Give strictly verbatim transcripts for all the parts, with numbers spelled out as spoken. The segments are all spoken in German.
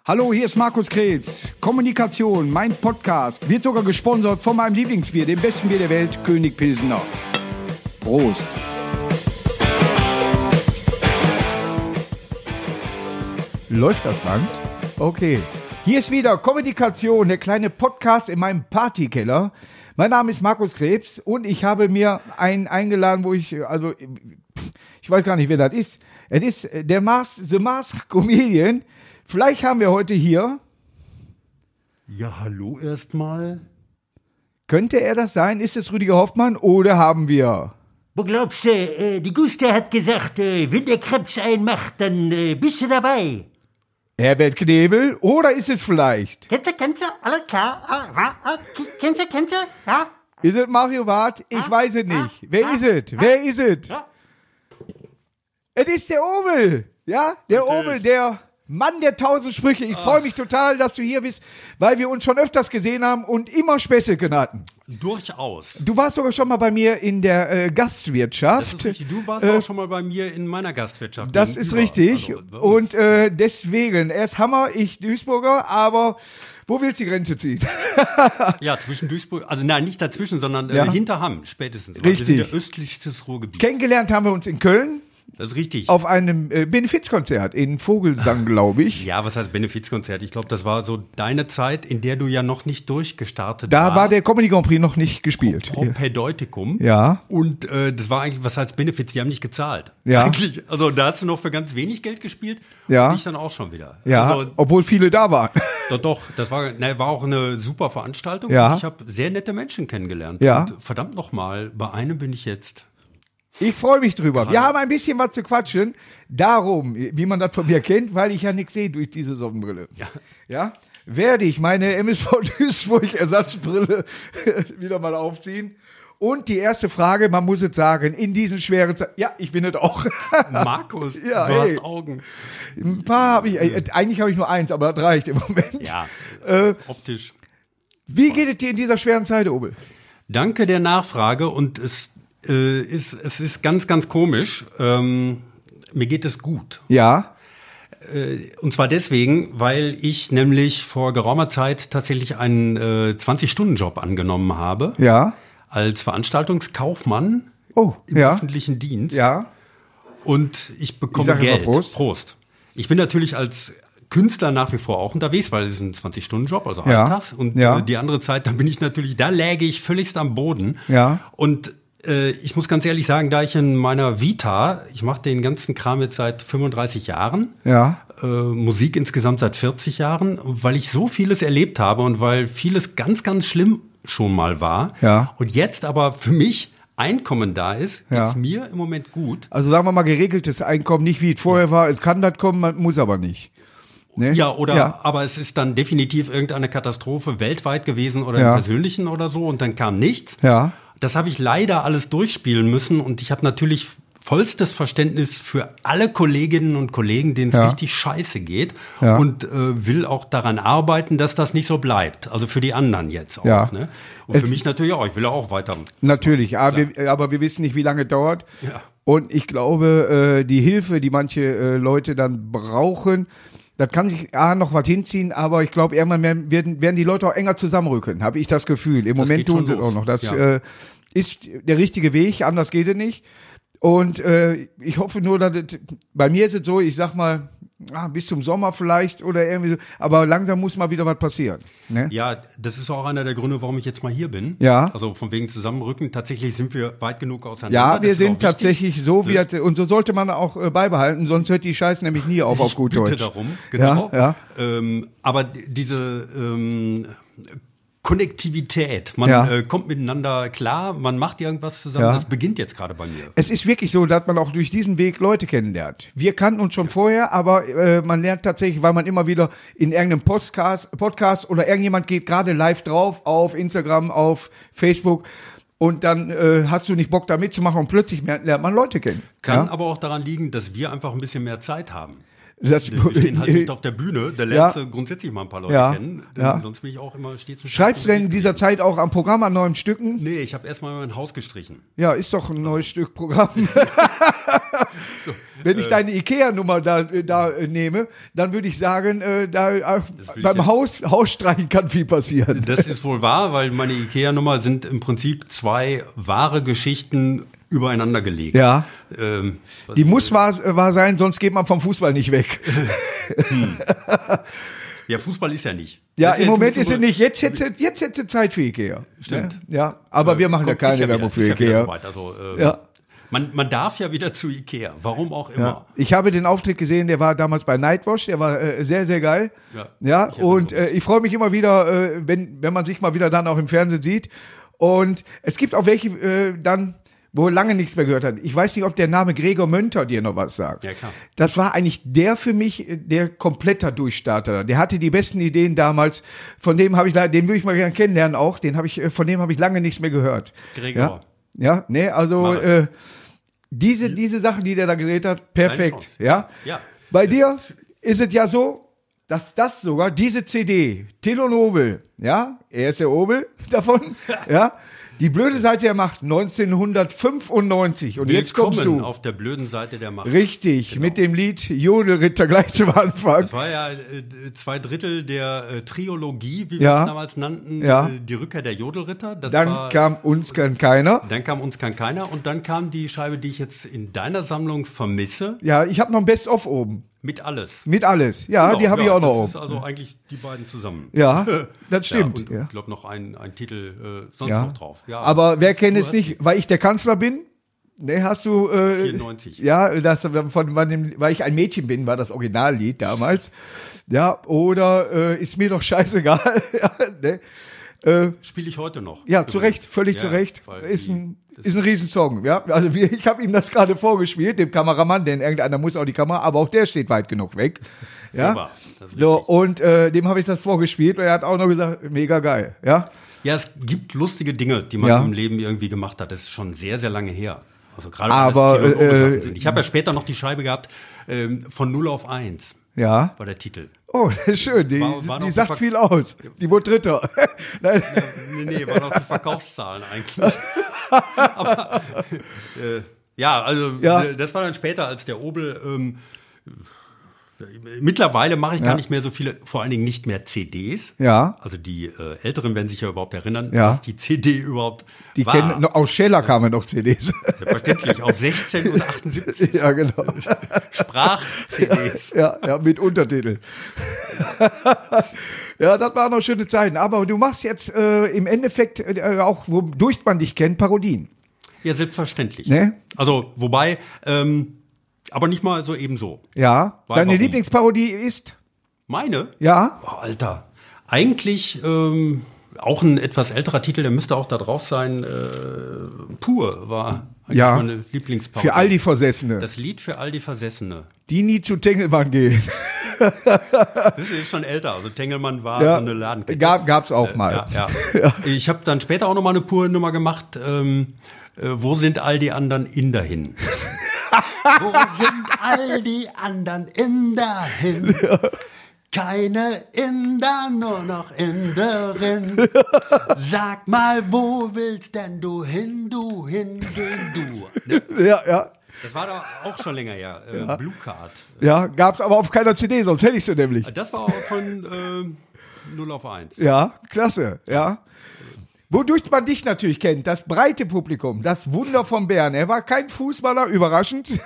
Hallo, hier ist Markus Krebs. Kommunikation, mein Podcast, wird sogar gesponsert von meinem Lieblingsbier, dem besten Bier der Welt, König Pilsner. Prost. Läuft das Band? Okay. Hier ist wieder Kommunikation, der kleine Podcast in meinem Partykeller. Mein Name ist Markus Krebs und ich habe mir einen eingeladen, wo ich, also, ich weiß gar nicht, wer das ist. Es ist der Mars, The Masked Comedian. Vielleicht haben wir heute hier... Ja, hallo erstmal. Könnte er das sein? Ist es Rüdiger Hoffmann oder haben wir... Wo glaubst du, äh, die Guste hat gesagt, äh, wenn der Krebs einen macht, dann äh, bist du dabei. Herbert Knebel oder ist es vielleicht... Kennst du, kennst du, alles klar, ah, ah, ah, kennst du, kennst du, ja? Ist es Mario Barth? Ich ah, weiß es nicht. Ah, Wer ah, ist es? Ah, Wer ist es? Ja. Es ist der Obel. Ja, der Obel, der... Mann der tausend Sprüche, ich freue mich total, dass du hier bist, weil wir uns schon öfters gesehen haben und immer Späßchen hatten. Durchaus. Du warst sogar schon mal bei mir in der äh, Gastwirtschaft. Das ist richtig. Du warst Äh, auch schon mal bei mir in meiner Gastwirtschaft. Das ist gegenüber. richtig. Also, bei uns. Und äh, deswegen, er ist Hammer, ich Duisburger, aber wo willst du die Grenze ziehen? Ja, zwischen Duisburg, also nein, nicht dazwischen, sondern äh, Ja. hinter Hamm spätestens. Weil Richtig. Wir sind ja östlichstes Ruhrgebiet. Kennengelernt haben wir uns in Köln Das ist richtig. auf einem äh, Benefizkonzert in Vogelsang, glaube ich. Ja, was heißt Benefizkonzert? Ich glaube, das war so deine Zeit, in der du ja noch nicht durchgestartet Da warst. war der Comedy Grand Prix noch nicht gespielt. Propedeutikum. Ja. Und äh, das war eigentlich, was heißt Benefiz? Die haben nicht gezahlt. Ja. Eigentlich, also da hast du noch für ganz wenig Geld gespielt. Ja. Und ich dann auch schon wieder. Ja, Also, obwohl viele da waren. doch, doch, das war, ne, war auch eine super Veranstaltung. Ja. Und ich habe sehr nette Menschen kennengelernt. Ja. Und verdammt nochmal, bei einem bin ich jetzt. Ich freue mich drüber. Wir haben ein bisschen was zu quatschen. Darum, wie man das von mir kennt, weil ich ja nichts sehe durch diese Sonnenbrille. Ja. Ja? Werde ich meine M S V Duisburg Ersatzbrille wieder mal aufziehen. Und die erste Frage, man muss es sagen, in diesen schweren Zeiten, ja, ich bin es auch. Markus, Ja, du hey. hast Augen. Ein paar habe ich, äh, eigentlich habe ich nur eins, aber das reicht im Moment. Ja, Äh, optisch. Wie geht es dir in dieser schweren Zeit, Obel? Danke der Nachfrage und es äh, ist, es ist ganz, ganz komisch. Ähm, mir geht es gut. Ja, Und zwar deswegen, weil ich nämlich vor geraumer Zeit tatsächlich einen äh, zwanzig-Stunden-Job angenommen habe. ja, Als Veranstaltungskaufmann oh, im ja, öffentlichen Dienst. ja, Und ich bekomme Ich sag immer Geld. Prost. Prost. Ich bin natürlich als Künstler nach wie vor auch unterwegs, weil es ist ein zwanzig-Stunden-Job, also Ja. alltags. Und Ja. äh, die andere Zeit, da bin ich natürlich, da läge ich völligst am Boden. Ja. Und äh, ich muss ganz ehrlich sagen, da ich in meiner Vita, ich mache den ganzen Kram jetzt seit fünfunddreißig Jahren, ja, äh, Musik insgesamt seit vierzig Jahren, weil ich so vieles erlebt habe und weil vieles ganz, ganz schlimm schon mal war. Ja. Und jetzt aber für mich Einkommen da ist, Ja. geht's mir im Moment gut. Also sagen wir mal geregeltes Einkommen, nicht wie es vorher war. Es kann das kommen, man muss aber nicht. Ne? Ja, oder, Ja. aber es ist dann definitiv irgendeine Katastrophe weltweit gewesen oder Ja. im Persönlichen oder so und dann kam nichts. Ja. Das habe ich leider alles durchspielen müssen und ich habe natürlich vollstes Verständnis für alle Kolleginnen und Kollegen, denen es Ja. richtig scheiße geht Ja. und äh, will auch daran arbeiten, dass das nicht so bleibt. Also für die anderen jetzt auch. Ja. Ne? Und für mich natürlich auch. Ich will ja auch weiter. Natürlich, aber wir, aber wir wissen nicht, wie lange es dauert. Ja. Und ich glaube, äh, die Hilfe, die manche äh, Leute dann brauchen, das kann sich A, noch was hinziehen, aber ich glaube, irgendwann werden, werden werden die Leute auch enger zusammenrücken, habe ich das Gefühl. Im Das Moment geht schon tun sie es los. auch noch. Das Ja. äh, ist der richtige Weg, anders geht es nicht. Und äh, ich hoffe nur, dass es, bei mir ist es so, ich sag mal, ah, bis zum Sommer vielleicht oder irgendwie so, aber langsam muss mal wieder was passieren. Ne? Ja, das ist auch einer der Gründe, warum ich jetzt mal hier bin. Ja. Also von wegen Zusammenrücken. Tatsächlich sind wir weit genug auseinander. Ja, Das wir ist auch sind wichtig. tatsächlich so, wie das, und so sollte man auch äh, beibehalten, sonst hört die Scheiße nämlich nie auf, auf Ich gut bitte Deutsch. darum, genau. Ja, ja. Ähm, aber d- diese ähm, Konnektivität, man Ja. äh, kommt miteinander klar, man macht irgendwas zusammen, Ja. das beginnt jetzt gerade bei mir. Es ist wirklich so, dass man auch durch diesen Weg Leute kennenlernt. Wir kannten uns schon vorher, aber äh, man lernt tatsächlich, weil man immer wieder in irgendeinem Podcast, Podcast oder irgendjemand geht gerade live drauf auf Instagram, auf Facebook und dann äh, hast du nicht Bock da mitzumachen und plötzlich lernt man Leute kennen. Kann ja? aber auch daran liegen, dass wir einfach ein bisschen mehr Zeit haben. Das, Wir stehen halt nicht auf der Bühne, da lernst Ja. du grundsätzlich mal ein paar Leute Ja. kennen. Denn Ja. Sonst bin ich auch immer stets ein Schreibst du denn in dieser Zeit auch am Programm an neuen Stücken? Nee, ich habe erstmal mein Haus gestrichen. Ja, ist doch ein neues Stück Programm. So, wenn ich deine Ikea-Nummer da, da äh, nehme, dann würde ich sagen, äh, da äh, beim Haus, Hausstreichen kann viel passieren. Das ist wohl wahr, weil meine Ikea-Nummer sind im Prinzip zwei wahre Geschichten übereinander gelegt. Ja. Ähm, Die muss wahr, wahr sein, sonst geht man vom Fußball nicht weg. hm. Ja, Fußball ist ja nicht. Ja, ist im ja Moment ist so, sie nicht. Jetzt hätte sie, jetzt hätte sie Zeit für Ikea. Stimmt. Ja, aber wir machen ja keine ja Werbung wieder, für ist Ikea. Ja wieder so weit. Also, ähm, Ja. Man, man darf ja wieder zu Ikea, warum auch immer. Ja. Ich habe den Auftritt gesehen, der war damals bei Nightwash, der war äh, sehr, sehr geil. Ja, Ja, ich und erinnere äh, ich freue mich immer wieder, äh, wenn, wenn man sich mal wieder dann auch im Fernsehen sieht. Und es gibt auch welche äh, dann, wo lange nichts mehr gehört hat. Ich weiß nicht, ob der Name Gregor Mönter dir noch was sagt. Ja, klar. Das war eigentlich der für mich, der kompletter Durchstarter. Der hatte die besten Ideen damals. Von dem habe ich, da, den würde ich mal gerne kennenlernen auch. Den habe ich, von dem habe ich lange nichts mehr gehört. Gregor. Ja, ja, nee, also Mal. äh, diese diese Sachen, die der da geredet hat, perfekt. Chance. Ja. Ja. Bei dir ist es ja so, dass das sogar diese C D, Till und Obel, ja, er ist der Obel davon, ja. Die blöde Seite der Macht neunzehnhundertfünfundneunzig. Und jetzt kommst Willkommen du. auf der blöden Seite der Macht. Richtig, Genau. mit dem Lied Jodelritter gleich zum Anfang. Das war ja äh, zwei Drittel der äh, Triologie, wie wir Ja. es damals nannten, Ja. äh, die Rückkehr der Jodelritter. Das Dann war, kam uns kann keiner. dann kam uns kann keiner und dann kam die Scheibe, die ich jetzt in deiner Sammlung vermisse, Ja, ich habe noch ein Best-of oben. mit alles. Mit alles. Ja, Genau, die habe ja, ich auch noch das oben. ist also eigentlich die beiden zusammen. Ja, das Ja, stimmt. und Ja, ich glaube noch ein, ein Titel äh, sonst ja. noch drauf. Ja, Aber wer kennt Du es hast nicht, weil ich der Kanzler bin? Ne, hast du äh, vierundneunzig. Ja, das von, von dem, weil ich ein Mädchen bin, war das Originallied damals. Ja, oder äh, ist mir doch scheißegal. ja, ne? äh, Spiele ich heute noch. ja, zu Recht, völlig Ja, zu Recht. weil Ist die- ein ist ein Riesensong, ja. Also wir, ich habe ihm das gerade vorgespielt, dem Kameramann, denn irgendeiner muss auch die Kamera, aber auch der steht weit genug weg. Ja. Super, das ist So, richtig. und äh, dem habe ich das vorgespielt und er hat auch noch gesagt, mega geil, ja. Ja, es gibt lustige Dinge, die man Ja. im Leben irgendwie gemacht hat. Das ist schon sehr, sehr lange her. Also gerade Aber, weil es Titel und äh, Sachen sind. Ich habe ja später noch die Scheibe gehabt ähm, von null auf eins Ja. war der Titel. Oh, das ist schön. Die, War- war die noch sagt die Ver- viel aus. Die wurde Dritter. Nein. Nee, nee, waren auch die Verkaufszahlen eigentlich. Aber, äh, ja, also Ja. äh, das war dann später als der Obel. Ähm, mittlerweile mache ich Ja. gar nicht mehr so viele, vor allen Dingen nicht mehr C Ds. Ja. Also die äh, Älteren werden sich ja überhaupt erinnern, Ja. was die C D überhaupt Die war. kennen, noch- aus Scheller kamen noch C Ds. Selbstverständlich, auf sechzehn und achtundsiebzig ja, genau. Sprach-C Ds. Ja, ja, mit Untertitel. Ja, das waren noch schöne Zeiten. Aber du machst jetzt äh, im Endeffekt äh, auch, wodurch man dich kennt, Parodien. Ja, selbstverständlich. Ne? Also, wobei, ähm, aber nicht mal so ebenso. Ja. Weil Deine warum? Lieblingsparodie ist? Meine? Ja. Oh, Alter. Eigentlich ähm, auch ein etwas älterer Titel, der müsste auch da drauf sein. Äh, Pur war eigentlich Ja. meine Lieblingsparodie. Für all die Versessene, Das Lied für all die Versessene. die nie zu Tengelmann gehen. Das ist schon älter. Also Tengelmann war Ja. so eine Ladenkette. Gab, gab's auch mal. Ja, ja. Ich habe dann später auch noch mal eine Pur-Nummer gemacht. Ähm, äh, wo sind all die anderen Inder hin? Wo sind all die anderen Inder hin? Keine Inder, nur noch Inderin. Sag mal, wo willst denn du hin, du hingehen, du? Ne? Ja, ja. Das war doch auch schon länger her. Äh, Blue Card. Ja, gab's aber auf keiner C D, sonst hätte ich sie nämlich. Das war auch von äh, null auf eins. Ja, klasse, ja. Wodurch man dich natürlich kennt, das breite Publikum, das Wunder von Bern. Er war kein Fußballer, überraschend.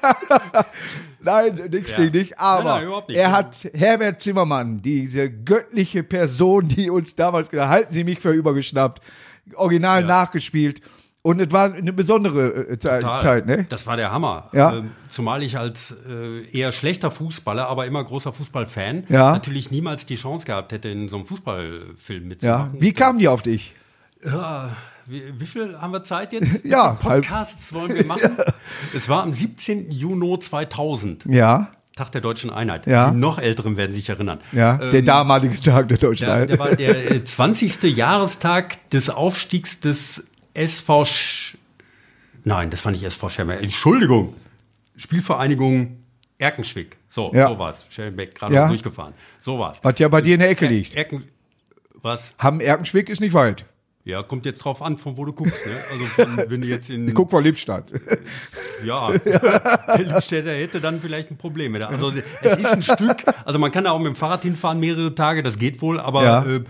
Nein, nichts Ja. gegen dich, aber Nein, nein, überhaupt nicht. er hat Herbert Zimmermann, diese göttliche Person, die uns damals gesagt hat, halten Sie mich für übergeschnappt, original Ja. nachgespielt. Und es war eine besondere äh, Zeit, Total. Zeit, ne? Das war der Hammer. Ja. Ähm, zumal ich als äh, eher schlechter Fußballer, aber immer großer Fußballfan, Ja. natürlich niemals die Chance gehabt hätte, in so einem Fußballfilm Ja. mitzumachen. Wie kamen die auf dich? Ja, wie, wie viel haben wir Zeit jetzt? Ja, Wie viele Podcasts wollen wir machen? Es war am siebzehnten Juni zweitausend, Ja, Tag der Deutschen Einheit. Ja. Die noch Älteren werden sich erinnern. ja, der Ähm, damalige Tag der Deutschen der, der Einheit. war der äh, zwanzigste Jahrestag des Aufstiegs des S V Sch Nein, das war nicht S V Schermer. Entschuldigung. Spielvereinigung Erkenschwick. So, Ja. so war's. Schellenbeck gerade Ja. noch durchgefahren. So war's. Was ja bei dir in der Ecke liegt. Erken, was? Hamm Erkenschwick ist nicht weit. Ja, kommt jetzt drauf an, von wo du guckst. Ne? Also von, wenn du jetzt in... Ich guck von Lippstadt. Ja, der Lippstädter hätte dann vielleicht ein Problem mit. Also es ist ein Stück, also man kann da auch mit dem Fahrrad hinfahren mehrere Tage, das geht wohl, aber Ja. äh,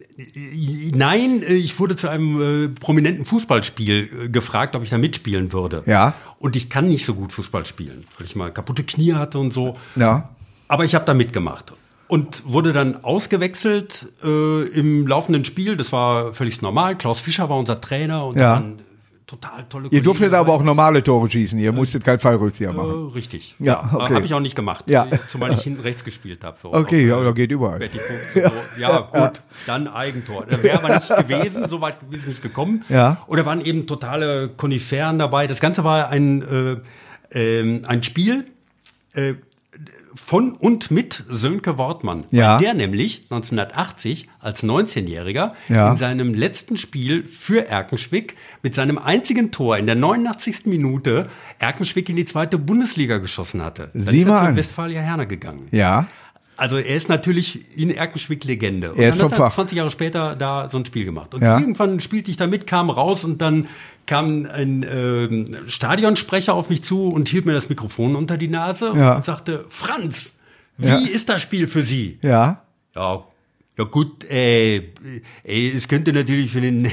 nein, ich wurde zu einem äh, prominenten Fußballspiel äh, gefragt, ob ich da mitspielen würde. Ja. Und ich kann nicht so gut Fußball spielen, weil ich mal kaputte Knie hatte und so. Ja. Aber ich habe da mitgemacht. Und wurde dann ausgewechselt äh, im laufenden Spiel. Das war völlig normal. Klaus Fischer war unser Trainer und Ja. da waren total tolle Ihr durftet dabei. aber auch normale Tore schießen. Ihr musstet kein Fallrückzieher machen. Äh, richtig. Ja, okay. Habe ich auch nicht gemacht. Ja. Zumal ich hinten rechts gespielt habe. So Okay, ja, auf, äh, da geht überall. Betty Fuchs und so. Ja, gut, dann Eigentor. Da wäre aber nicht gewesen, so weit ist es nicht gekommen. Ja. Und da waren eben totale Koniferen dabei. Das Ganze war ein, äh, ähm, ein Spiel äh, von und mit Sönke Wortmann. Ja. Der nämlich neunzehnhundertachtzig als neunzehnjähriger Ja. in seinem letzten Spiel für Erkenschwick mit seinem einzigen Tor in der neunundachtzigsten Minute Erkenschwick in die zweite Bundesliga geschossen hatte. Dann Sieh ist er mal zu an. Westfalia Herne gegangen. Ja. Also er ist natürlich in Erkenschwick Legende. Und Er ist dann vom hat er Fach. zwanzig Jahre später da so ein Spiel gemacht. Und Ja. irgendwann spielte ich da mit, kam raus und dann kam ein ähm, Stadionsprecher auf mich zu und hielt mir das Mikrofon unter die Nase Ja. und sagte, Franz, wie Ja. ist das Spiel für Sie? Ja. Ja, ja gut, äh, äh, es könnte natürlich für den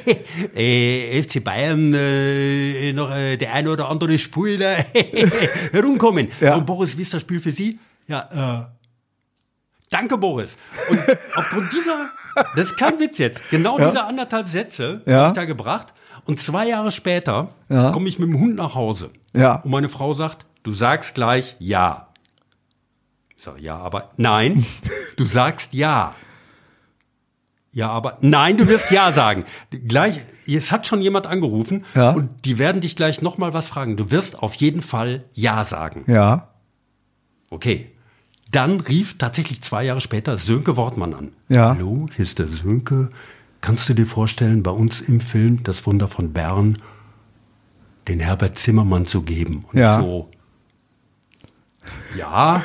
äh, F C Bayern äh, noch äh, der eine oder andere Spieler herumkommen. Ja. Und Boris, wie ist das Spiel für Sie? Ja, äh, danke Boris. Und aufgrund dieser, das ist kein Witz jetzt, genau Ja. diese anderthalb Sätze Ja. habe ich da gebracht. Und zwei Jahre später Ja. komme ich mit dem Hund nach Hause. Ja. Und meine Frau sagt, du sagst gleich ja. Ich sage, ja, aber nein, du sagst ja. Ja, aber nein, du wirst ja sagen. Gleich, es hat schon jemand angerufen Ja. und die werden dich gleich noch mal was fragen. Du wirst auf jeden Fall ja sagen. Ja. Okay. Dann rief tatsächlich zwei Jahre später Sönke Wortmann an. Ja. Hallo, hier ist der Sönke. Kannst du dir vorstellen, bei uns im Film Das Wunder von Bern den Herbert Zimmermann zu geben? Und Ja. ich so, ja,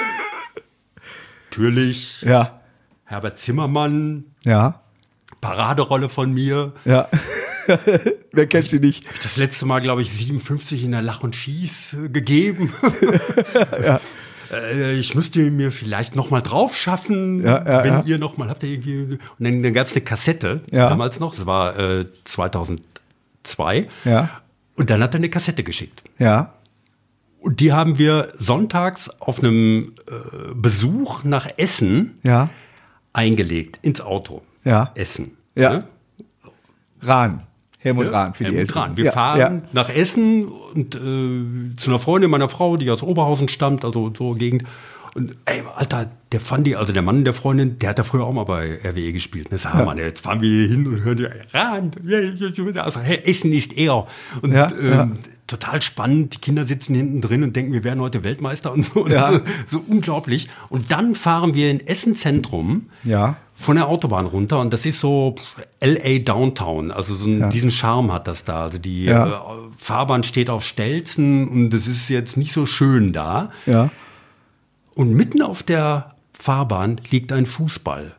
natürlich, Ja. Herbert Zimmermann, Ja. Paraderolle von mir. Ja. Wer kennt sie nicht? Das letzte Mal, glaube ich, siebenundfünfzig in der Lach und Schieß äh, gegeben. Ja. Äh, ich müsste mir vielleicht noch mal drauf schaffen, Ja, ja, wenn ja. ihr noch mal habt ihr irgendwie. Und dann, dann gab es eine Kassette Ja. damals noch. Das war äh, zweitausendzwei. Ja. Und dann hat er eine Kassette geschickt. Ja. Und die haben wir sonntags auf einem äh, Besuch nach Essen Ja. eingelegt ins Auto. Ja. Essen. Ja. Ne? Rahn. Helmut Rahn für die Helmut Älteren. Rahn. Wir ja. fahren Ja. nach Essen und äh, zu einer Freundin meiner Frau, die aus Oberhausen stammt, also so Gegend. Und ey, Alter, der Fandi, also der Mann der Freundin, der hat ja früher auch mal bei R W E gespielt. Ne? Sag Ja. mal, jetzt fahren wir hier hin und hören, Rahn, also hey, Essen ist er. Und Ja, ähm, ja. total spannend, die Kinder sitzen hinten drin und denken, wir wären heute Weltmeister und so. Ja. So, so unglaublich. Und dann fahren wir in Essen Zentrum Ja. von der Autobahn runter und das ist so L A Downtown, also so einen, Ja. diesen Charme hat das da. Also die Ja. äh, Fahrbahn steht auf Stelzen und es ist jetzt nicht so schön da. Ja. Und mitten auf der Fahrbahn liegt ein Fußball.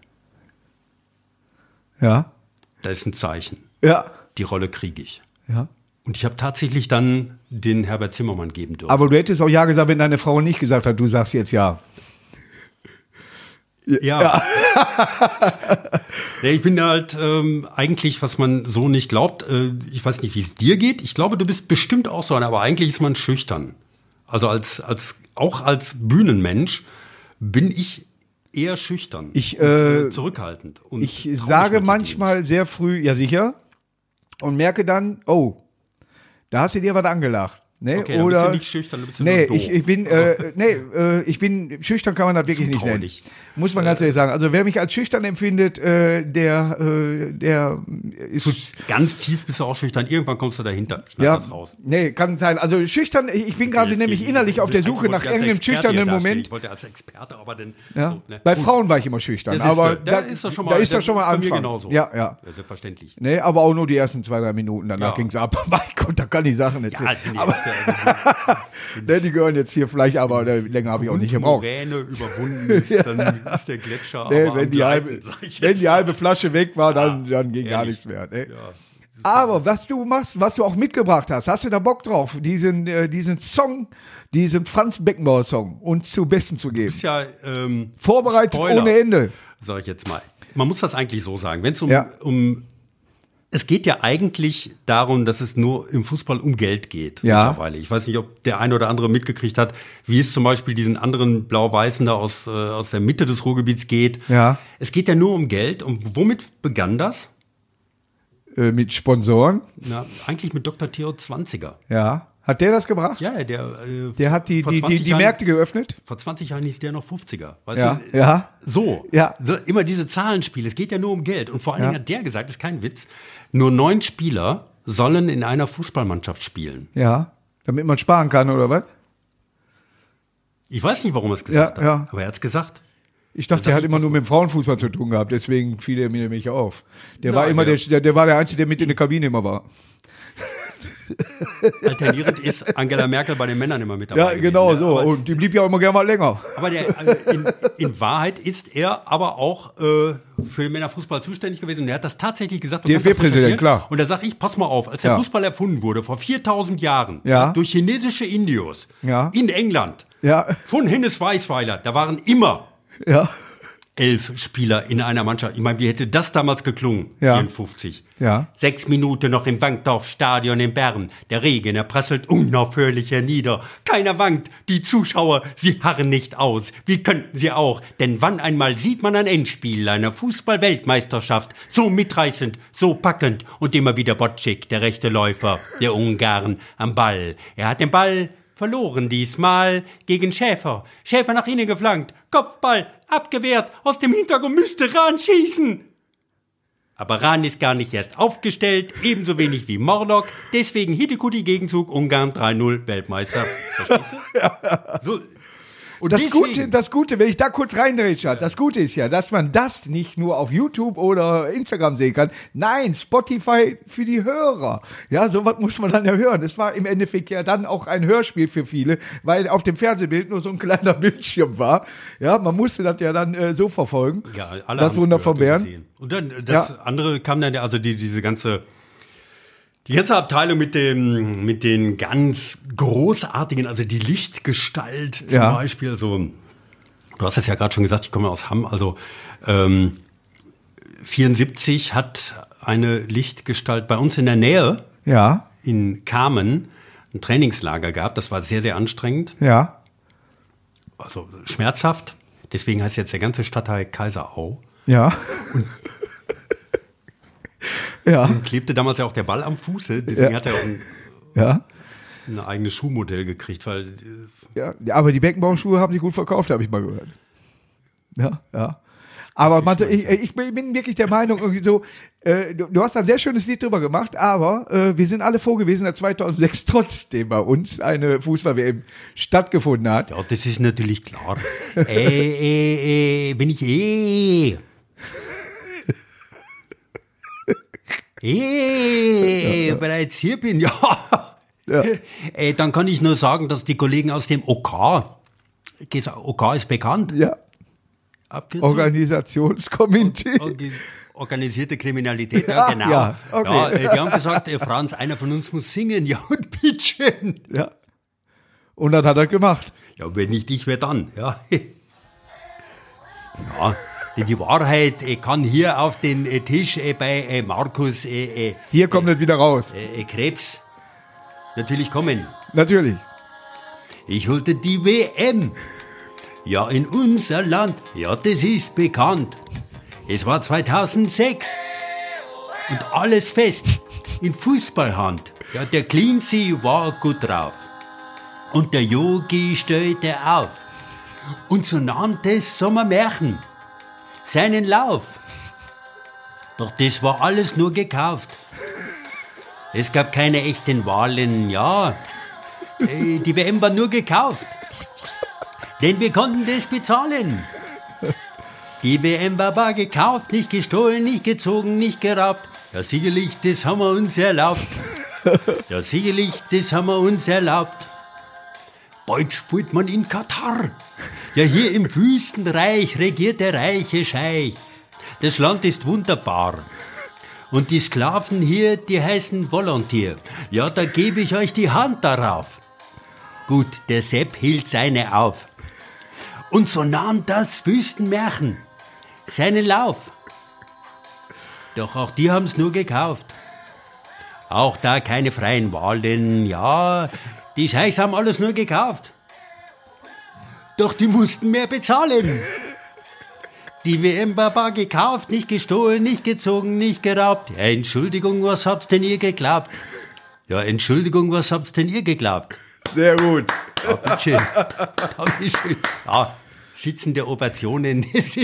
Ja. Da ist ein Zeichen. Ja. Die Rolle kriege ich. Ja. Und ich habe tatsächlich dann den Herbert Zimmermann geben dürfen. Aber du hättest auch ja gesagt, wenn deine Frau nicht gesagt hat, du sagst jetzt ja. Ja. ja. Ich bin halt ähm, eigentlich, was man so nicht glaubt, äh, ich weiß nicht, wie es dir geht. Ich glaube, du bist bestimmt auch so einer, aber eigentlich ist man schüchtern. Also als, als auch als Bühnenmensch bin ich eher schüchtern. Ich, und, äh, zurückhaltend. Und Ich trau mich sage manche manchmal sehr früh, ja sicher, und merke dann, oh, da hast du dir was angelacht. Ne? Okay, dann Oder, bist du nicht schüchtern, du bist nee, nur doof. ich, ich bin, äh, nee, äh, ich bin, schüchtern kann man das wirklich nicht nennen. Zutraulich. Muss man ganz ehrlich sagen. Also wer mich als schüchtern empfindet, äh, der, äh, der ist, nicht. Ganz tief bist du auch schüchtern. Irgendwann kommst du dahinter. Schneid ja, das raus. nee, kann sein. Also schüchtern, ich ich bin gerade Jetzt nämlich hier- innerlich auf der Eigentlich Suche wollte nach ich als irgendeinem Experte schüchternen hier dastehen. Moment. Ich wollte als Experte, aber dann. Ja. So, ne? Bei Gut. Frauen war ich immer schüchtern, Das ist, aber da ist doch schon mal, da ist doch das schon mal bei mir Anfang. genauso. Ja, ja. Ja, selbstverständlich. Nee, aber auch nur die ersten zwei, drei Minuten, danach Ja. ging's ab. Mein Gott, da kann ich Sachen erzählen. Ja, nee, aber, Geschichte. Also, Ne, die gehören jetzt hier vielleicht, aber äh, länger habe ich auch nicht gebraucht. Wenn Moräne überwunden ist, dann ist der Gletscher Nee, aber wenn, am die Gleiten, halbe, sag ich wenn jetzt die halbe Flasche weg war, dann, Ja, dann ging gar ehrlich. nichts mehr. Ne? Ja. Aber was du machst, was du auch mitgebracht hast, hast du da Bock drauf, diesen, äh, diesen Song, diesen Franz Beckenbauer Song uns zu Besten zu geben? Ist ja ähm, Vorbereitet Spoiler, ohne Ende. sag ich jetzt mal. Man muss das eigentlich so sagen. Wenn es um, Ja. um es geht ja eigentlich darum, dass es nur im Fußball um Geld geht Ja. mittlerweile. Ich weiß nicht, ob der eine oder andere mitgekriegt hat, wie es zum Beispiel diesen anderen Blau-Weißen da aus, äh, aus der Mitte des Ruhrgebiets geht. Ja. Es geht ja nur um Geld. Und womit begann das? Äh, mit Sponsoren. Na, eigentlich mit Doktor Theo Zwanziger. Ja. Hat der das gebracht? Ja, der, äh, Der hat die, vor die, die, zwanzig die Jahren- Märkte geöffnet. Vor zwanzig Jahren hieß der noch fünfziger. Weißt Ja. du? Ja. So. Ja. so. Immer diese Zahlenspiele. Es geht ja nur um Geld. Und vor allen Ja. Dingen hat der gesagt, das ist kein Witz, nur neun Spieler sollen in einer Fußballmannschaft spielen. Ja. Damit man sparen kann, oder was? Ich weiß nicht, warum er es gesagt Ja, hat, ja. aber er hat es gesagt. Ich dachte, sag der hat ich, immer pass nur mit dem Frauenfußball zu tun gehabt, deswegen fiel er mir nämlich auf. Der Ja, war immer der- der, der, der war der Einzige, der mit in der Kabine immer war. Alternierend ist Angela Merkel bei den Männern immer mit dabei. Ja, gewesen, genau ne? so. Aber, Und die blieb ja auch immer gerne mal länger. aber der, also in, in Wahrheit ist er aber auch äh, für den Männerfußball zuständig gewesen. Und er hat das tatsächlich gesagt. und D hat F B-Präsident, das recherchiert. klar. Und da sag ich, pass mal auf, als der Ja. Fußball erfunden wurde, vor viertausend Jahren, Ja. durch chinesische Indios, Ja. in England, Ja. von Hennes Weißweiler, da waren immer Ja. elf Spieler in einer Mannschaft. Ich meine, wie hätte das damals geklungen? Ja. vierundfünfzig. Ja. Sechs Minuten noch im Wankdorf-Stadion in Bern. Der Regen, er prasselt unaufhörlich hernieder. Keiner wankt. Die Zuschauer, sie harren nicht aus. Wie könnten sie auch? Denn wann einmal sieht man ein Endspiel einer Fußball-Weltmeisterschaft so mitreißend, so packend und immer wieder Bocek, der rechte Läufer, der Ungarn, am Ball. Er hat den Ball verloren diesmal gegen Schäfer. Schäfer nach innen geflankt. Kopfball, abgewehrt. Aus dem Hintergrund müsste Rahn schießen. Aber Rahn ist gar nicht erst aufgestellt, ebenso wenig wie Morlock. Deswegen Hittikuti Gegenzug, Ungarn drei null Weltmeister. Verstehst du? Ja. So. Und Das deswegen, Gute, das Gute, wenn ich da kurz reingrätsche, das Gute ist ja, dass man das nicht nur auf YouTube oder Instagram sehen kann. Nein, Spotify für die Hörer. Ja, sowas muss man dann ja hören. Es war im Endeffekt ja dann auch ein Hörspiel für viele, weil auf dem Fernsehbild nur so ein kleiner Bildschirm war. Ja, man musste das ja dann äh, so verfolgen. ja, alle das haben's Wunder gehört von und Bern. gesehen. Und dann, das Ja. andere kam dann, ja, also die, diese ganze, die ganze Abteilung mit dem, mit den ganz großartigen, also die Lichtgestalt zum Ja. Beispiel, also, du hast es ja gerade schon gesagt, ich komme aus Hamm, also ähm, vierundsiebzig hat eine Lichtgestalt bei uns in der Nähe Ja, in Kamen ein Trainingslager gehabt. Das war sehr, sehr anstrengend, ja, also schmerzhaft. Deswegen heißt jetzt der ganze Stadtteil Kaiserau. ja. ja, Ihm klebte damals ja auch der Ball am Fuße, deswegen Ja. hat er auch ein, ja. ein eigenes Schuhmodell gekriegt, weil äh, Ja, aber die Beckenbauschuhe haben sich gut verkauft, habe ich mal gehört. Ja, ja. Aber man, ich, ich bin wirklich der Meinung, irgendwie so, äh, du, du hast ein sehr schönes Lied drüber gemacht, aber äh, wir sind alle froh gewesen, dass zweitausendsechs trotzdem bei uns eine Fußball-W M stattgefunden hat. ja, das ist natürlich klar. äh, äh, äh, bin ich eh. eh, bereits hier bin, ja. Ja. Äh, dann kann ich nur sagen, dass die Kollegen aus dem OK, O K ist bekannt, Ja, Abkürzung? Organisationskomitee. Orgi- Organisierte Kriminalität, ja, Ah, genau. ja, okay. Ja, äh, die haben gesagt, äh, Franz, einer von uns muss singen. Ja, und bitteschön. Ja. Und das hat er gemacht. Ja, wenn nicht ich, wer dann? Ja, ja, denn die Wahrheit äh, kann hier auf den äh, Tisch äh, bei äh, Markus äh, äh, Hier kommt es wieder raus. äh, Krebs natürlich kommen. Natürlich. Ich holte die W M. Ja, in unser Land. Ja, das ist bekannt. Es war zweitausendsechs. Und alles fest. In Fußballhand. Ja, der Cleansea war gut drauf. Und der Yogi stellte auf. Und so nahm das Sommermärchen seinen Lauf. Doch das war alles nur gekauft. Es gab keine echten Wahlen, ja. Äh, Die W M war nur gekauft. Denn wir konnten das bezahlen. Die W M war bar gekauft, nicht gestohlen, nicht gezogen, nicht geraubt. Ja, sicherlich, das haben wir uns erlaubt. Ja, sicherlich, das haben wir uns erlaubt. Bald spielt man in Katar. Ja, hier im Wüstenreich regiert der reiche Scheich. Das Land ist wunderbar. Und die Sklaven hier, die heißen Volontier. Ja, da gebe ich euch die Hand darauf. Gut, der Sepp hielt seine auf. Und so nahm das Wüstenmärchen seinen Lauf. Doch auch die haben's nur gekauft. Auch da keine freien Wahlen, ja, die Scheichs haben alles nur gekauft. Doch die mussten mehr bezahlen. Die W M war bar gekauft, nicht gestohlen, nicht gezogen, nicht geraubt. Ja, Entschuldigung, was habt's denn ihr geglaubt? Ja, Entschuldigung, was habt's denn ihr geglaubt? Sehr gut. Ja, bitteschön. Dankeschön. Ja, sitzende Ovationen.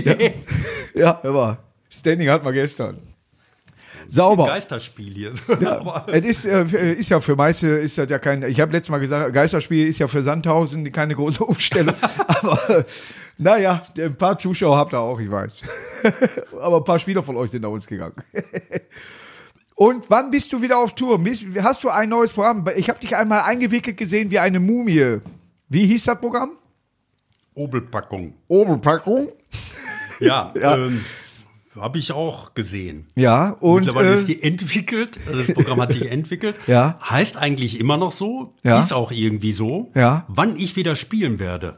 Ja, aber Standing hatten wir gestern. Sauber. Geisterspiel hier. Ja, Aber- es ist, äh, ist ja für meiste ist das ja kein, ich habe letztes Mal gesagt, Geisterspiel ist ja für Sandhausen keine große Umstellung. Aber äh, naja, ein paar Zuschauer habt ihr auch, ich weiß. Aber ein paar Spieler von euch sind nach uns gegangen. Und wann bist du wieder auf Tour? Bist- Hast du ein neues Programm? Ich habe dich einmal eingewickelt gesehen wie eine Mumie. Wie hieß das Programm? Obelpackung. Oberpackung. Ja, Ja. Ähm, habe ich auch gesehen. Ja, und Mittlerweile äh, ist die entwickelt. Also das Programm hat sich entwickelt. Ja. Heißt eigentlich immer noch so. Ja. Ist auch irgendwie so. Ja. Wann ich wieder spielen werde.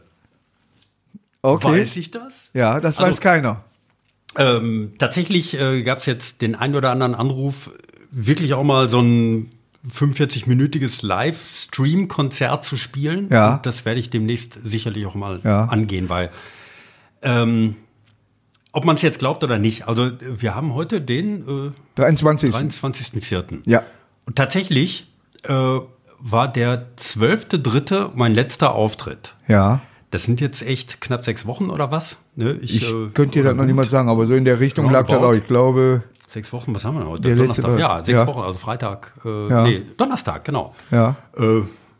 okay. Weiß ich das? Ja, das Also- weiß keiner. Ähm, tatsächlich äh, gab es jetzt den ein oder anderen Anruf, wirklich auch mal so ein fünfundvierzig-minütiges Livestream-Konzert zu spielen. Ja. Und das werde ich demnächst sicherlich auch mal Ja. angehen, weil ähm, ob man es jetzt glaubt oder nicht, also äh, wir haben heute den äh, dreiundzwanzigsten dreiundzwanzigsten vierten Ja. Und tatsächlich äh, war der zwölfte dritte mein letzter Auftritt. Ja. Das sind jetzt echt knapp sechs Wochen oder was? Ne? Ich äh, könnte dir das oder noch nicht mal gut. sagen, aber so in der Richtung Roundabout. lag das auch. Ich glaube, Sechs Wochen, was haben wir denn heute? Der letzte Donnerstag. Tag. Ja, sechs Ja. Wochen, also Freitag. Äh, Ja. Nee, Donnerstag, genau. ja. Äh,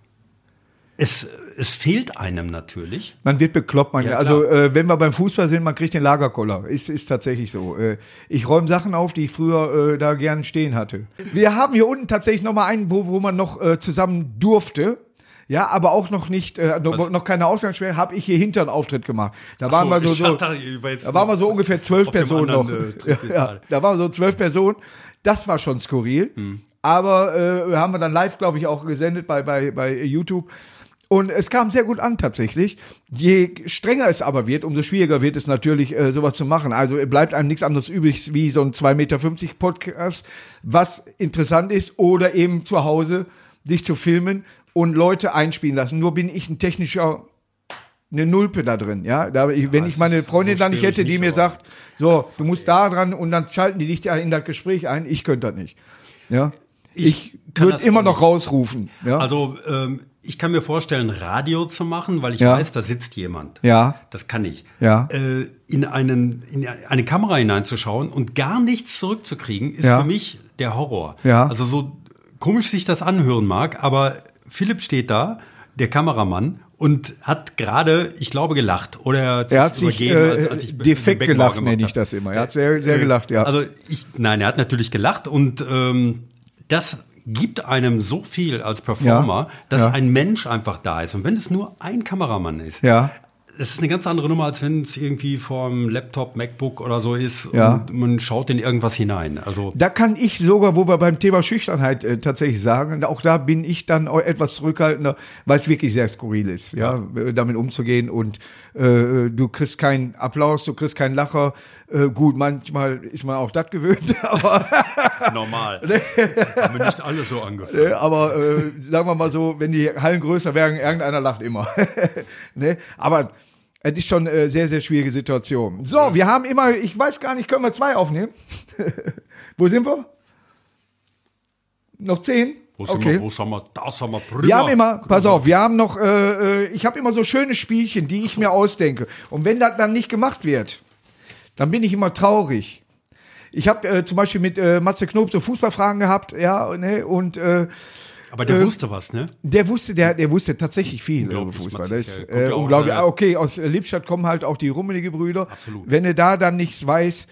es, es fehlt einem natürlich. Man wird bekloppt. Man, Ja, also, klar. äh, wenn wir beim Fußball sind, man kriegt den Lagerkoller. Ist, ist tatsächlich so. Äh, ich räume Sachen auf, die ich früher äh, da gern stehen hatte. Wir haben hier unten tatsächlich noch mal einen, wo, wo man noch äh, zusammen durfte. Ja, aber auch noch nicht, äh, noch, Was? noch keine Ausgangssperre, habe ich hier hinter einen Auftritt gemacht. Da Ach waren wir so, ich so dachte, ihr war jetzt da waren wir so ungefähr zwölf auf dem Personen noch. anderen, äh, Trip ja, jetzt ja, gerade. da waren wir so zwölf Personen. Das war schon skurril. Hm. Aber äh, haben wir dann live, glaube ich, auch gesendet bei, bei, bei YouTube. Und es kam sehr gut an tatsächlich. Je strenger es aber wird, umso schwieriger wird es natürlich, äh, sowas zu machen. Also bleibt einem nichts anderes übrig wie so ein zwei Meter fünfzig Podcast, was interessant ist, oder eben zu Hause sich zu filmen und Leute einspielen lassen. Nur bin ich ein technischer, eine Nulpe da drin. Ja, da, ich, wenn Ja, ich meine es ist Freundin so dann nicht schwierig hätte, die nicht, mir aber- sagt, so, du musst da dran, und dann schalten die dich da in das Gespräch ein. Ich könnte das nicht. Ja, ich, Ich kann würde das immer auch noch nicht. rausrufen. Ja, Also ähm, ich kann mir vorstellen, Radio zu machen, weil ich Ja. weiß, da sitzt jemand. ja, Das kann ich. Ja. Äh, in, einen, in eine Kamera hineinzuschauen und gar nichts zurückzukriegen, ist Ja. für mich der Horror. Ja. Also so komisch sich das anhören mag, aber Philipp steht da, der Kameramann, und hat gerade, ich glaube, gelacht. Oder er hat sich, er hat sich übergeben, äh, als, als ich defekt Beckenbauer gelacht, gemacht nenne ich hab. das immer. Er hat sehr, sehr gelacht, ja. Also ich, nein, er hat natürlich gelacht, und ähm, das gibt einem so viel als Performer, Ja, dass ja. ein Mensch einfach da ist. Und wenn es nur ein Kameramann ist, Ja. das ist eine ganz andere Nummer, als wenn es irgendwie vorm Laptop, MacBook oder so ist, Ja. und man schaut in irgendwas hinein. Also Da kann ich sogar, wo wir beim Thema Schüchternheit äh, tatsächlich sagen, auch da bin ich dann auch etwas zurückhaltender, weil es wirklich sehr skurril ist, ja, äh, damit umzugehen, und äh, du kriegst keinen Applaus, du kriegst keinen Lacher. Äh, gut, manchmal ist man auch das gewöhnt, aber normal. Haben wir nicht alle so angefangen. äh, aber äh, sagen wir mal so, wenn die Hallen größer wären, irgendeiner lacht immer. Ne? Aber es ist schon eine sehr, sehr schwierige Situation. So, wir haben immer, ich weiß gar nicht, können wir zwei aufnehmen? Wo sind wir? Noch zehn? Wo sind Okay. wir, wo sind wir, da sind wir prima. Wir haben immer, pass auf, wir haben noch, äh, äh, ich habe immer so schöne Spielchen, die ich mir ausdenke. Und wenn das dann nicht gemacht wird, dann bin ich immer traurig. Ich habe äh, zum Beispiel mit äh, Matze Knob so Fußballfragen gehabt, ja, ne, und äh, Aber der äh, wusste was, ne? der wusste, der, der wusste tatsächlich viel über Unglaublich, Fußball. Matze Das ist ist ja- kommt äh, ja auch unglaublich. seine- Ah, okay, aus Lippstadt kommen halt auch die Rummenigge Brüder. Absolut. Wenn er da dann nichts weiß,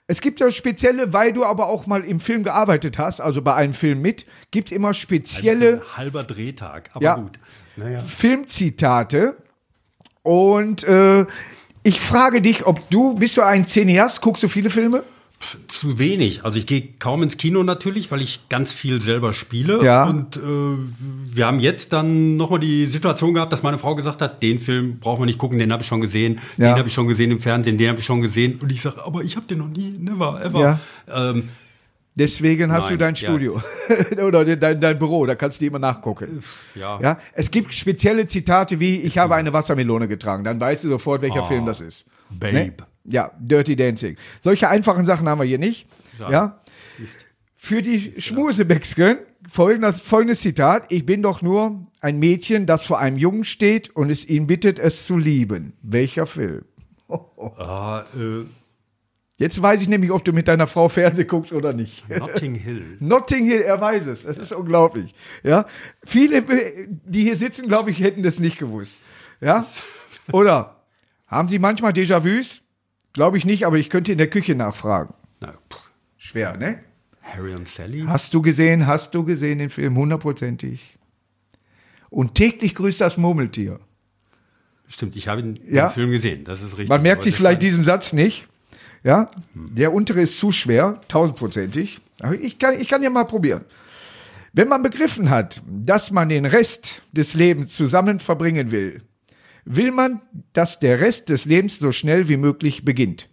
Es gibt ja spezielle, weil du aber auch mal im Film gearbeitet hast, also bei einem Film mit, gibt es immer spezielle Ein halber Drehtag, aber Ja. gut. Naja. Filmzitate. Und äh, ich frage dich, ob du, bist du ein Cineast, guckst du viele Filme? Zu wenig. Also ich gehe kaum ins Kino natürlich, weil ich ganz viel selber spiele. Ja. Und äh, wir haben jetzt dann nochmal die Situation gehabt, dass meine Frau gesagt hat, den Film brauchen wir nicht gucken, den habe ich schon gesehen, Ja. den habe ich schon gesehen im Fernsehen, den habe ich schon gesehen. Und ich sage, aber ich habe den noch nie, never, ever. Ja. Ähm, Deswegen hast Nein, du dein ja. Studio oder dein, dein Büro, da kannst du immer nachgucken. ja. Ja, es gibt spezielle Zitate wie, ich habe eine Wassermelone getragen, dann weißt du sofort, welcher Oh, Film das ist. Babe. Ne? Ja, Dirty Dancing. Solche einfachen Sachen haben wir hier nicht. Schade. Ja. Mist. Für die Schmusebäcksken folgendes, folgendes Zitat, ich bin doch nur ein Mädchen, das vor einem Jungen steht und es ihn bittet, es zu lieben. Welcher Film? Ah, äh, Jetzt weiß ich nämlich, ob du mit deiner Frau Fernsehen guckst oder nicht. Notting Hill. Notting Hill, er weiß es. Das ist unglaublich. Ja, viele, die hier sitzen, glaube ich, hätten das nicht gewusst. Ja, oder haben Sie manchmal Déjà-vus? Glaube ich nicht, aber ich könnte in der Küche nachfragen. Na, pff, Schwer, ne? Harry und Sally. Hast du gesehen, hast du gesehen den Film hundertprozentig? Und täglich grüßt das Murmeltier. Stimmt, ich habe ihn Ja. im Film gesehen. Das ist richtig. Man merkt Aber sich das vielleicht war- diesen Satz nicht. Ja, der untere ist zu schwer, tausendprozentig. Aber ich kann, ich kann ja mal probieren. Wenn man begriffen hat, dass man den Rest des Lebens zusammen verbringen will, will man, dass der Rest des Lebens so schnell wie möglich beginnt.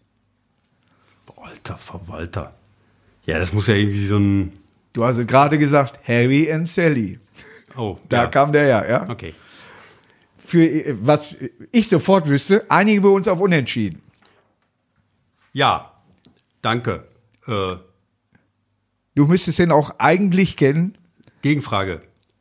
Alter Verwalter. Ja, das muss ja irgendwie so ein. Du hast es gerade gesagt, Harry and Sally. Oh, Da ja. kam der her, ja. Okay. Für äh, was ich sofort wüsste, einigen wir uns auf Unentschieden. Ja, danke. Äh, Du müsstest den auch eigentlich kennen. Gegenfrage.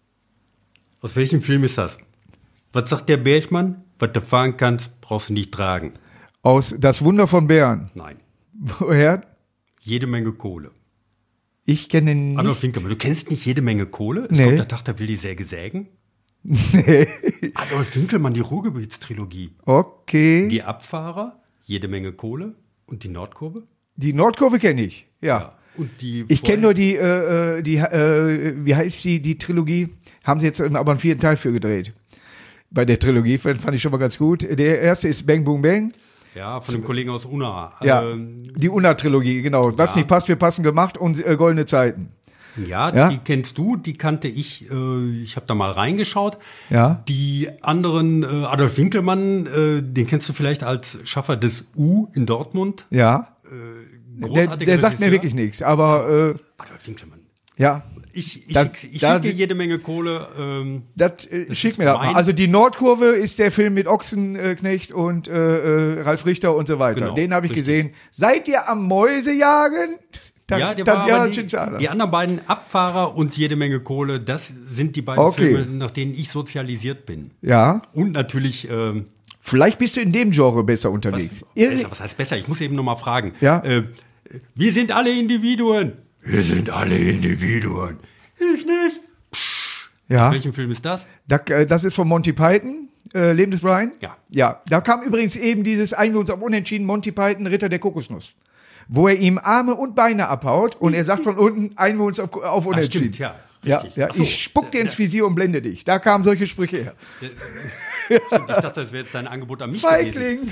Aus welchem Film ist das? Was sagt der Bergmann? Was du fahren kannst, brauchst du nicht tragen. Aus Das Wunder von Bern. Nein. Woher? Jede Menge Kohle. Ich kenne ihn nicht. Adolf Winkelmann, du kennst nicht jede Menge Kohle? Es Nee. kommt der Tag, da will die Säge sägen. Nee. Adolf Winkelmann, die Ruhrgebietstrilogie. Okay. Die Abfahrer, jede Menge Kohle und die Nordkurve. Die Nordkurve kenne ich, ja. Ja. Und die Ich kenne nur vorher- die, äh, die äh, wie heißt die, die Trilogie? Haben sie jetzt aber einen vierten Teil für gedreht. Bei der Trilogie fand fand ich schon mal ganz gut. Der erste ist Bang Boom Bang. Ja, von dem Kollegen aus Unna. Ja, Ähm, die Unna-Trilogie, genau. Was ja. nicht passt, wir passen gemacht und äh, Goldene Zeiten. ja, Ja. die kennst du, die kannte ich. Äh, ich habe da mal reingeschaut. Ja. Die anderen, äh, Adolf Winkelmann, äh, den kennst du vielleicht als Schaffer des U in Dortmund. Ja. Der, Großartiger der sagt mir Regisseur. wirklich nichts, aber äh, Adolf Winkelmann. ja, Ich, ich, Da- schick- ich da schicke sie- jede Menge Kohle. Ähm, das, äh, Das schick ist mir das mal. mein- Also die Nordkurve ist der Film mit Ochsenknecht und äh, äh, Ralf Richter und so weiter. Genau, Den habe ich richtig. gesehen. Seid ihr am Mäusejagen? Ta- ja, der war Tatjana aber die, Cinzana. die anderen beiden Abfahrer und jede Menge Kohle, das sind die beiden Okay. Filme, nach denen ich sozialisiert bin. Ja, Und natürlich, ähm, vielleicht bist du in dem Genre besser unterwegs. was, Irre- besser, was heißt besser? Ich muss eben noch mal fragen. Ja. Äh, wir sind alle Individuen. Wir sind alle Individuen. Ich nicht. ja. Aus welchem Film ist das? Da, äh, das ist von Monty Python, äh, Leben des Brian. Ja. Ja, da kam übrigens eben dieses Einigen wir uns auf Unentschieden, Monty Python, Ritter der Kokosnuss. Wo er ihm Arme und Beine abhaut und er sagt von unten, einigen wir uns auf, auf Unentschieden. stimmt, ja. Ja, Richtig. ja. Ach so. Ich spuck dir ins Visier und blende dich. Da kamen solche Sprüche her. Ich dachte, das wäre jetzt dein Angebot an mich gewesen. Feigling.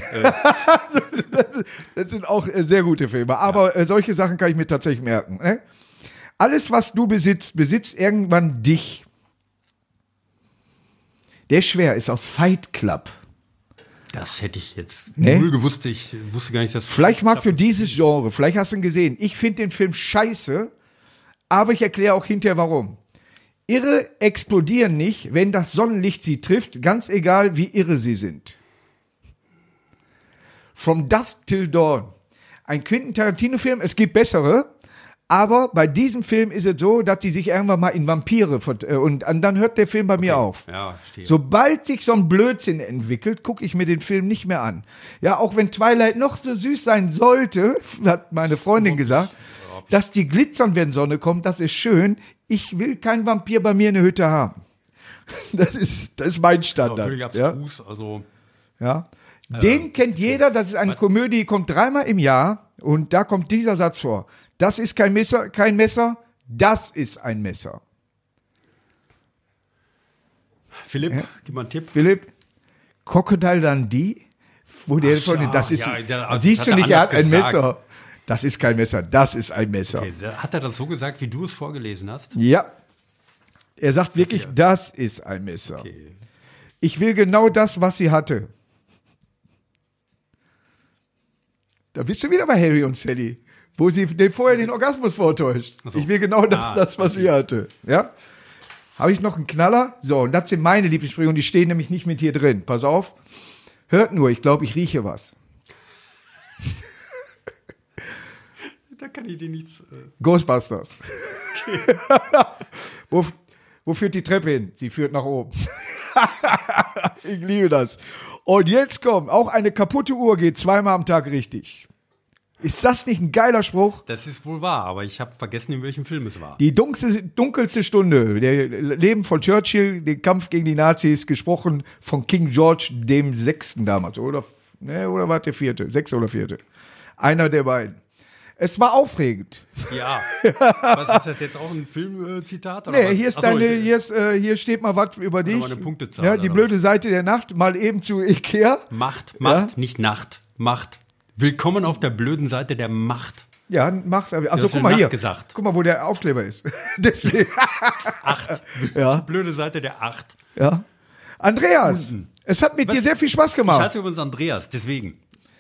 das, das sind auch äh, sehr gute Filme. Aber äh, solche Sachen kann ich mir tatsächlich merken. Ne? Alles, was du besitzt, besitzt irgendwann dich. Der ist schwer, ist aus Fight Club. Das hätte ich jetzt Nee? null gewusst. Ich wusste gar nicht, dass... Vielleicht magst du dieses Genre, vielleicht hast du ihn gesehen. Ich finde den Film scheiße, aber ich erkläre auch hinterher warum. Irre explodieren nicht, wenn das Sonnenlicht sie trifft, ganz egal, wie irre sie sind. From Dusk Till Dawn. Ein Quentin Tarantino-Film, es gibt bessere, aber bei diesem Film ist es so, dass die sich irgendwann mal in Vampire vert- äh, und, und dann hört der Film bei mir auf. Ja, stehe. Sobald sich so ein Blödsinn entwickelt, gucke ich mir den Film nicht mehr an. Ja, auch wenn Twilight noch so süß sein sollte, hat meine Freundin gesagt, dass die glitzern, wenn Sonne kommt, das ist schön. Ich will keinen Vampir bei mir in der Hütte haben. Das ist, das ist mein Das ist auch Standard. völlig Ja, abstrus. Also, ja. Den kennt jeder, das ist eine Komödie, die kommt dreimal im Jahr Und da kommt dieser Satz vor. Das ist kein Messer, kein Messer, das ist ein Messer. Philipp, Ja. gib mal einen Tipp. Philipp, Crocodile Dundee, wo der Ach von so, das ist, ja, der- also siehst das du hat er nicht, er hat ein anders gesagt. Messer. Das ist kein Messer, das ist ein Messer. Okay, hat er das so gesagt, wie du es vorgelesen hast? Ja. Er sagt wirklich, das ist ein Messer. Okay. Ich will genau das, was sie hatte. Da bist du wieder bei Harry und Sally, wo sie den vorher den Orgasmus vortäuscht. Ach so. Ich will genau das, Ah, das was okay. sie hatte. Ja? Habe ich noch einen Knaller? So, und das sind meine Lieblingssprüche und die stehen nämlich nicht mit hier drin. Pass auf. Hört nur, ich glaube, ich rieche was. Da kann ich dir nichts. Äh Ghostbusters. wo, wo führt die Treppe hin? Sie führt nach oben. Ich liebe das. Und jetzt kommt, auch eine kaputte Uhr geht zweimal am Tag richtig. Ist das nicht ein geiler Spruch? Das ist wohl wahr, aber ich habe vergessen, in welchem Film es war. Die dunkelste, dunkelste Stunde, der Leben von Churchill, den Kampf gegen die Nazis, gesprochen von King George dem Sechsten damals, oder, ne, oder war der Vierte? Sechste oder Vierte? Einer der beiden. Es war aufregend. Ja. Was ist das jetzt auch ein Filmzitat? Nee, hier ist deine, hier ist, äh, hier steht mal was über dich. mal eine Punktezahl Ja, die oder blöde Seite der Nacht, mal eben zu Ikea. Macht, Macht, Ja? nicht Nacht. Macht. Willkommen auf der blöden Seite der Macht. Ja, macht, also hast guck eine mal Nacht hier. gesagt. Guck mal, wo der Aufkleber ist. Deswegen. Acht. Ja, Blöde Seite der Acht. ja. Andreas, es hat mit dir sehr viel Spaß Ich gemacht. heiße übrigens Andreas, deswegen.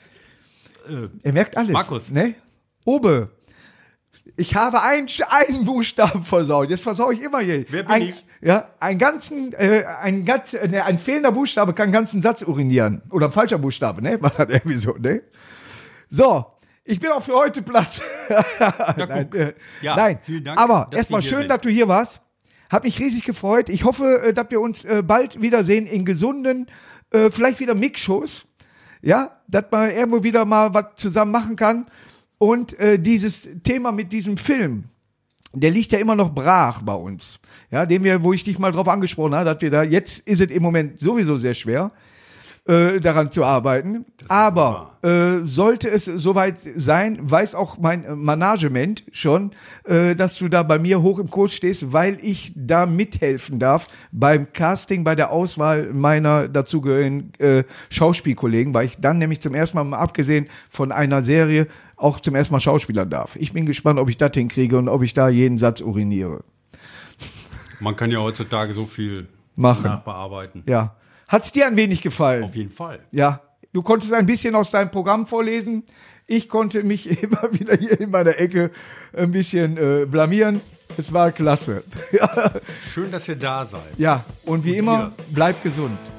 Er merkt alles. Markus. Ne? Obe. Ich habe einen, einen Buchstaben versaut. Jetzt versau ich immer hier. Wer bin ein, ich? Ja, einen ganzen, äh, ein, ganz, äh, ne, ein fehlender Buchstabe kann einen ganzen Satz urinieren. Oder ein falscher Buchstabe, ne? War das irgendwie so, ne? So, ich bin auch für heute platt. Nein, äh, Ja, nein. vielen Dank, Aber dass erstmal wir hier schön, sind. dass du hier warst. Hat mich riesig gefreut. Ich hoffe, äh, dass wir uns äh, bald wiedersehen in gesunden, äh, vielleicht wieder Mix-Shows. Ja, dass man irgendwo wieder mal was zusammen machen kann. Und äh, dieses Thema mit diesem Film, der liegt ja immer noch brach bei uns. Ja, den wir, wo ich dich mal drauf angesprochen habe, dass wir da, jetzt ist es im Moment sowieso sehr schwer, äh, daran zu arbeiten. Aber äh, sollte es soweit sein, weiß auch mein äh, Management schon, äh, dass du da bei mir hoch im Kurs stehst, weil ich da mithelfen darf beim Casting, bei der Auswahl meiner dazugehörigen äh, Schauspielkollegen, weil ich dann nämlich zum ersten Mal, mal abgesehen von einer Serie, auch zum ersten Mal schauspielern darf. Ich bin gespannt, ob ich das hinkriege und ob ich da jeden Satz uriniere. Man kann ja heutzutage so viel Machen. nachbearbeiten. Ja. Hat's dir ein wenig gefallen? Auf jeden Fall. Ja. Du konntest ein bisschen aus deinem Programm vorlesen. Ich konnte mich immer wieder hier in meiner Ecke ein bisschen äh, blamieren. Es war klasse. Ja. Schön, dass ihr da seid. Ja. Und wie Und immer, ihr. bleibt gesund.